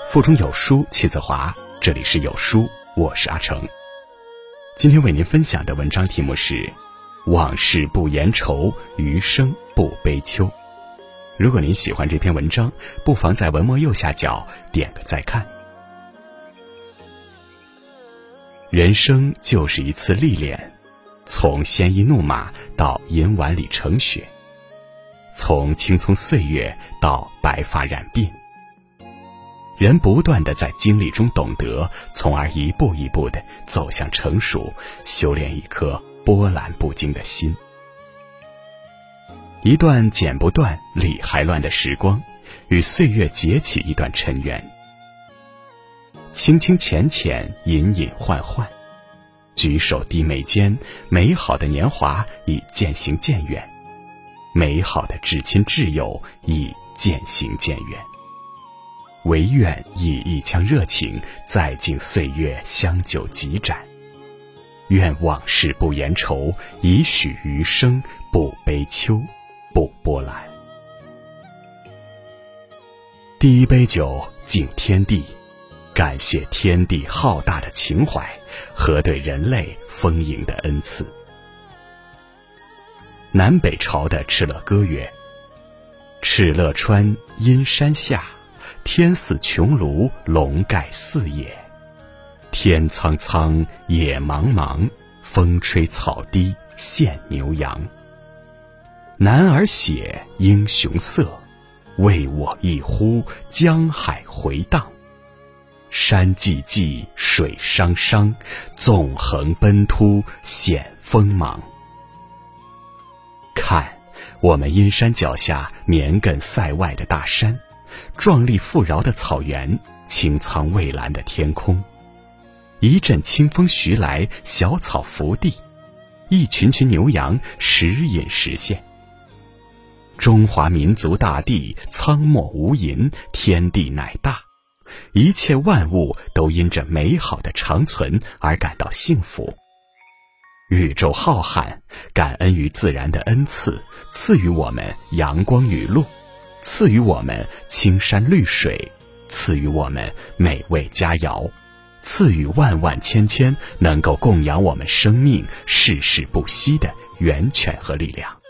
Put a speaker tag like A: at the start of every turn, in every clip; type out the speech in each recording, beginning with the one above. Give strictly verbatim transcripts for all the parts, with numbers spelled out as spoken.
A: 腹中有书气自华，这里是有书，我是阿成。今天为您分享的文章题目是往事不言愁，余生不悲秋。如果您喜欢这篇文章，不妨在文末右下角点个再看。人生就是一次历练，从鲜衣怒马到银碗里盛雪，从青葱岁月到白发染鬓，人不断地在经历中懂得，从而一步一步地走向成熟，修炼一颗波澜不惊的心。一段剪不断理还乱的时光，与岁月结起一段尘缘。清清浅浅，隐隐幻幻，举手低眉间，美好的年华已渐行渐远，美好的至亲挚友已渐行渐远。唯愿以一腔热情，再敬岁月香酒几盏。愿往事不言愁，以许余生不悲秋，不波澜。第一杯酒敬天地，感谢天地浩大的情怀和对人类丰盈的恩赐。南北朝的敕勒歌曰：敕勒川，阴山下，天似穹庐，笼盖四野。天苍苍，野茫茫，风吹草低见牛羊。男儿血，英雄色，为我一呼，江海回荡。山寂寂，水汤汤，纵横奔突显锋芒。看，我们阴山脚下绵亘塞外的大山，壮丽富饶的草原，青苍蔚蓝的天空。一阵清风徐来，小草伏地，一群群牛羊时隐时现。中华民族大地，苍漠无垠，天地乃大，一切万物都因着美好的长存而感到幸福。宇宙浩瀚，感恩于自然的恩赐，赐予我们阳光雨露，赐予我们青山绿水，赐予我们美味佳肴，赐予万万千千能够供养我们生命世世不息的源泉和力量。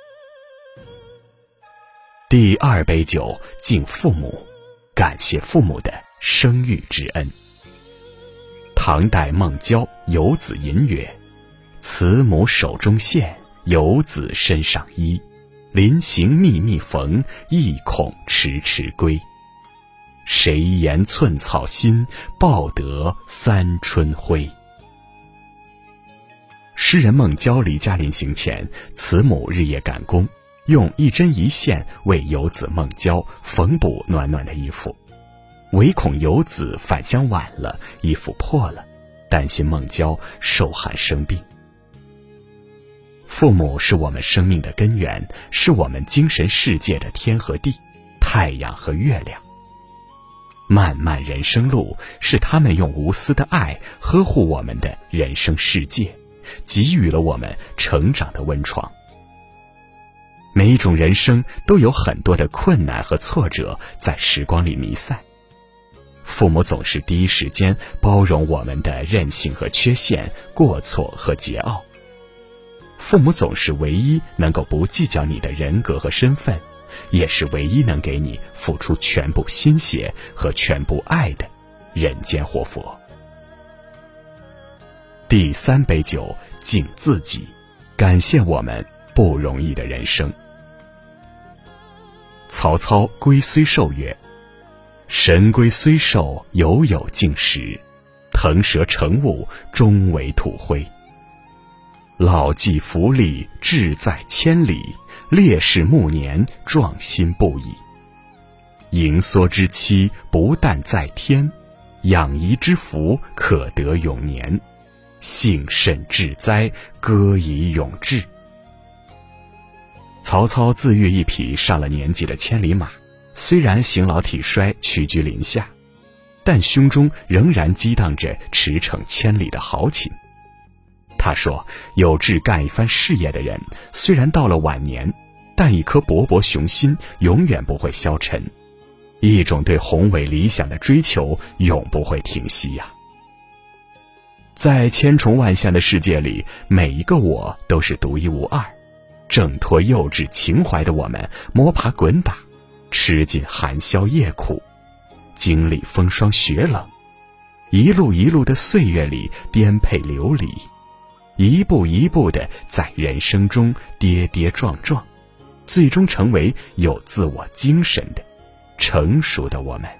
A: 第二杯酒敬父母，感谢父母的生育之恩。唐代孟郊游子吟曰：慈母手中线，游子身上衣，临行密密缝，意恐迟迟归。谁言寸草心，报得三春晖。诗人孟郊离家临行前，慈母日夜赶工，用一针一线为游子孟郊缝补暖暖的衣服，唯恐游子返乡晚了，衣服破了，担心孟郊受寒生病。父母是我们生命的根源，是我们精神世界的天和地，太阳和月亮。漫漫人生路，是他们用无私的爱呵护我们的人生世界，给予了我们成长的温床。每一种人生都有很多的困难和挫折在时光里弥散，父母总是第一时间包容我们的任性和缺陷、过错和桀骜。父母总是唯一能够不计较你的人格和身份，也是唯一能给你付出全部心血和全部爱的人间活佛。第三杯酒敬自己，感谢我们不容易的人生。曹操龟虽寿曰：神龟虽寿，犹有竟时，腾蛇乘雾，终为土灰。老骥伏枥，志在千里，烈士暮年，壮心不已。盈缩之期，不但在天，养怡之福，可得永年。幸甚至哉，歌以咏志。曹操自育一匹上了年纪的千里马，虽然形老体衰，屈居林下，但胸中仍然激荡着驰骋千里的豪情。他说，有志干一番事业的人，虽然到了晚年，但一颗勃勃雄心永远不会消沉。 一种对宏伟理想的追求永不会停息呀。在千重万象的世界里，每一个我都是独一无二。挣脱幼稚情怀的我们，摸爬滚打，吃尽寒宵夜苦，经历风霜雪冷，一路一路的岁月里颠沛流离，一步一步的在人生中跌跌撞撞，最终成为有自我精神的成熟的我们。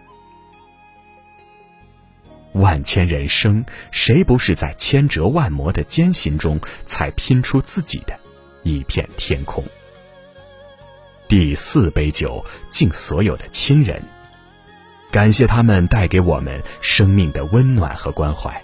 A: 万千人生，谁不是在千折万磨的艰辛中才拼出自己的一片天空？第四杯酒，敬所有的亲人，感谢他们带给我们生命的温暖和关怀。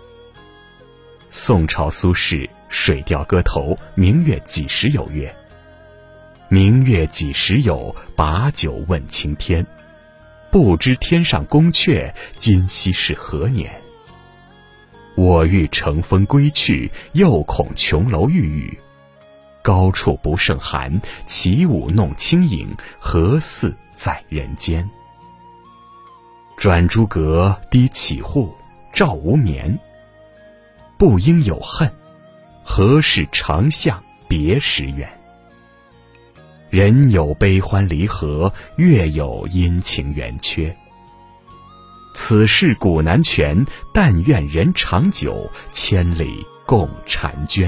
A: 宋朝苏轼《水调歌头·明月几时有》曰：明月几时有，把酒问青天。不知天上宫阙，今夕是何年？我欲乘风归去，又恐琼楼玉宇。高处不胜寒，起舞弄清影，何似在人间？转朱阁，低绮户，照无眠。不应有恨，何事长向别时圆？人有悲欢离合，月有阴晴圆缺。此事古难全，但愿人长久，千里共婵娟。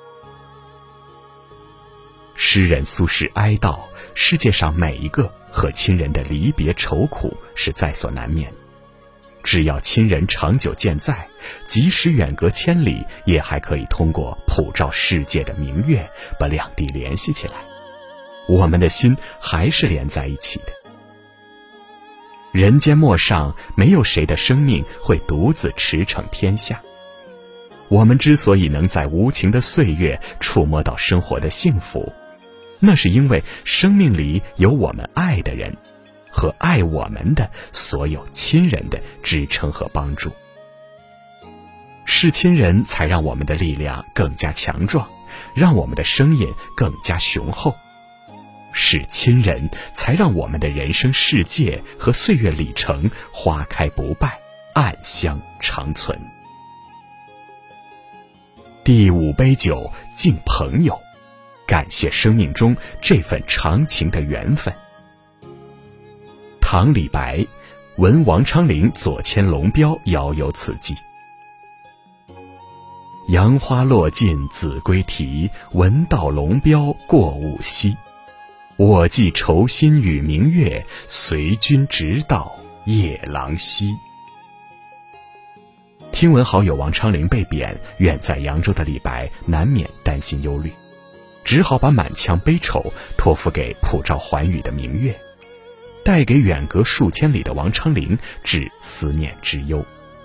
A: 诗人苏轼哀悼世界上每一个和亲人的离别愁苦是在所难免，只要亲人长久健在，即使远隔千里，也还可以通过普照世界的明月把两地联系起来，我们的心还是连在一起的。人间陌上，没有谁的生命会独自驰骋天下。我们之所以能在无情的岁月触摸到生活的幸福，那是因为生命里有我们爱的人和爱我们的所有亲人的支撑和帮助。是亲人才让我们的力量更加强壮，让我们的声音更加雄厚。是亲人才让我们的人生世界和岁月里程花开不败，暗香长存。第五杯酒，敬朋友，感谢生命中这份长情的缘分。唐李白闻王昌龄左迁龙标，遥有此寄。杨花落尽子规啼，闻道龙标过雾稀。我寄愁心与明月，随君直到夜郎西。听闻好友王昌龄被贬，远在扬州的李白难免担心忧虑，只好把满腔悲愁托付给普照寰宇的明月，带给远隔数千里的王昌龄致思念之忧。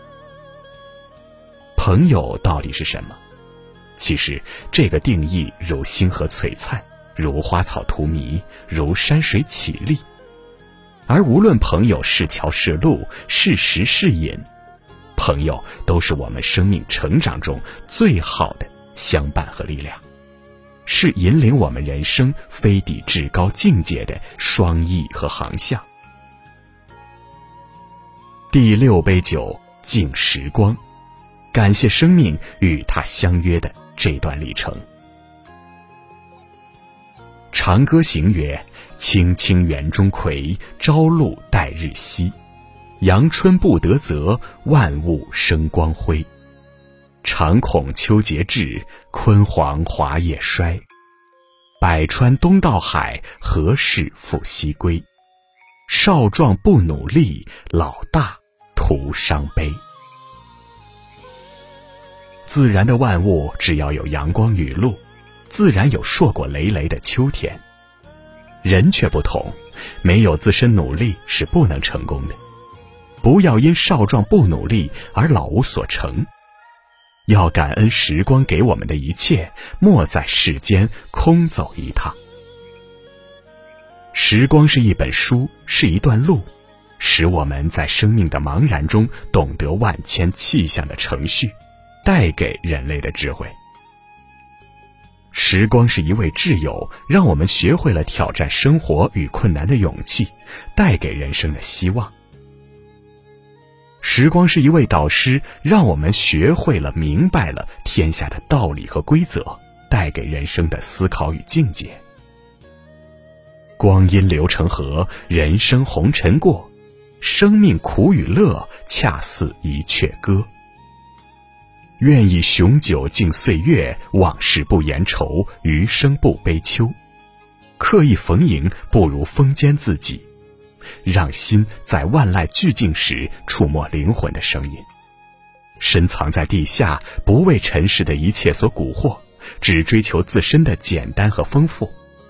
A: 朋友到底是什么？其实这个定义如星河璀璨，如花草荼蘼，如山水绮丽。而无论朋友是桥是路，是食是饮，朋友都是我们生命成长中最好的相伴和力量，是引领我们人生飞抵至高境界的双翼和航向。第六杯酒，敬时光，感谢生命与它相约的这段历程。长歌行曰：青青园中葵，朝露待日晞。阳春布德泽，万物生光辉。常恐秋节至，焜黄华叶衰。百川东到海，何事复西归？少壮不努力，老大徒伤悲。自然的万物只要有阳光雨露，自然有硕果累累的秋天。人却不同，没有自身努力是不能成功的。不要因少壮不努力而老无所成，要感恩时光给我们的一切，莫在世间空走一趟。时光是一本书，是一段路，使我们在生命的茫然中懂得万千气象的程序，带给人类的智慧。 时光是一位挚友，让我们学会了挑战生活与困难的勇气，带给人生的希望。时光是一位导师，让我们学会了明白了天下的道理和规则，带给人生的思考与境界。光阴流成河，人生红尘过，生命苦与乐，恰似一阙歌。愿以雄酒敬岁月，往事不言愁，余生不悲秋。刻意逢迎，不如封缄自己，让心在万籁俱静时触摸灵魂的声音。深藏在地下，不为尘世的一切所蛊惑，只追求自身的简单和丰富。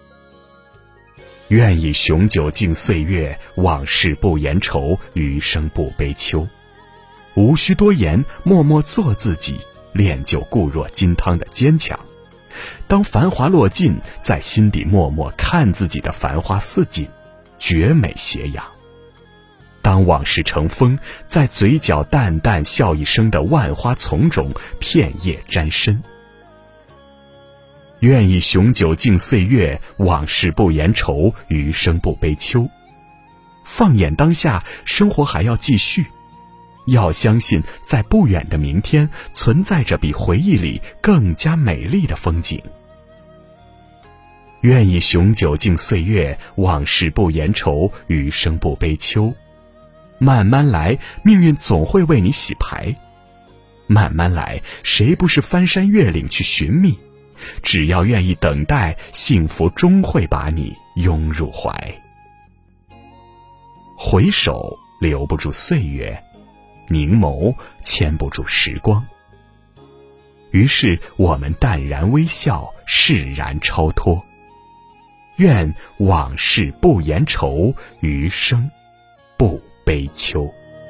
A: 愿以雄酒敬岁月，往事不言愁，余生不悲秋。无需多言，默默做自己，练就固若金汤的坚强。当繁华落尽，在心底默默看自己的繁花似锦，绝美斜阳。当往事成风，在嘴角淡淡笑一声的万花丛中，片叶沾身。愿以雄酒敬岁月，往事不言愁，余生不悲秋。放眼当下，生活还要继续。要相信，在不远的明天，存在着比回忆里更加美丽的风景。愿以雄酒敬岁月，往事不言愁，余生不悲秋。慢慢来，命运总会为你洗牌。慢慢来，谁不是翻山越岭去寻觅？只要愿意等待，幸福终会把你拥入怀。回首留不住岁月，凝眸牵不住时光。于是我们淡然微笑，释然超脱。愿往事不言愁，余生不悲秋。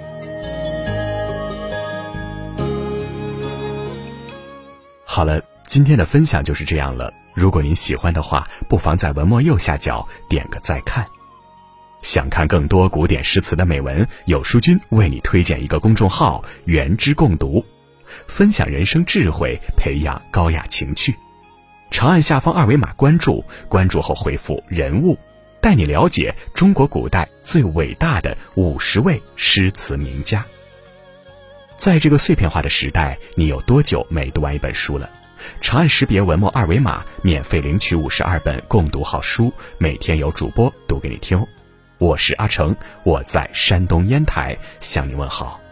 A: 好了，今天的分享就是这样了。如果您喜欢的话，不妨在文末右下角点个再看。想看更多古典诗词的美文，有书君为你推荐一个公众号“原知共读”，分享人生智慧，培养高雅情趣。长按下方二维码关注，关注后回复人物，带你了解中国古代最伟大的五十位诗词名家。在这个碎片化的时代，你有多久没读完一本书了？长按识别文末二维码，免费领取五十二本共读好书，每天有主播读给你听。我是阿成，我在山东烟台向你问好。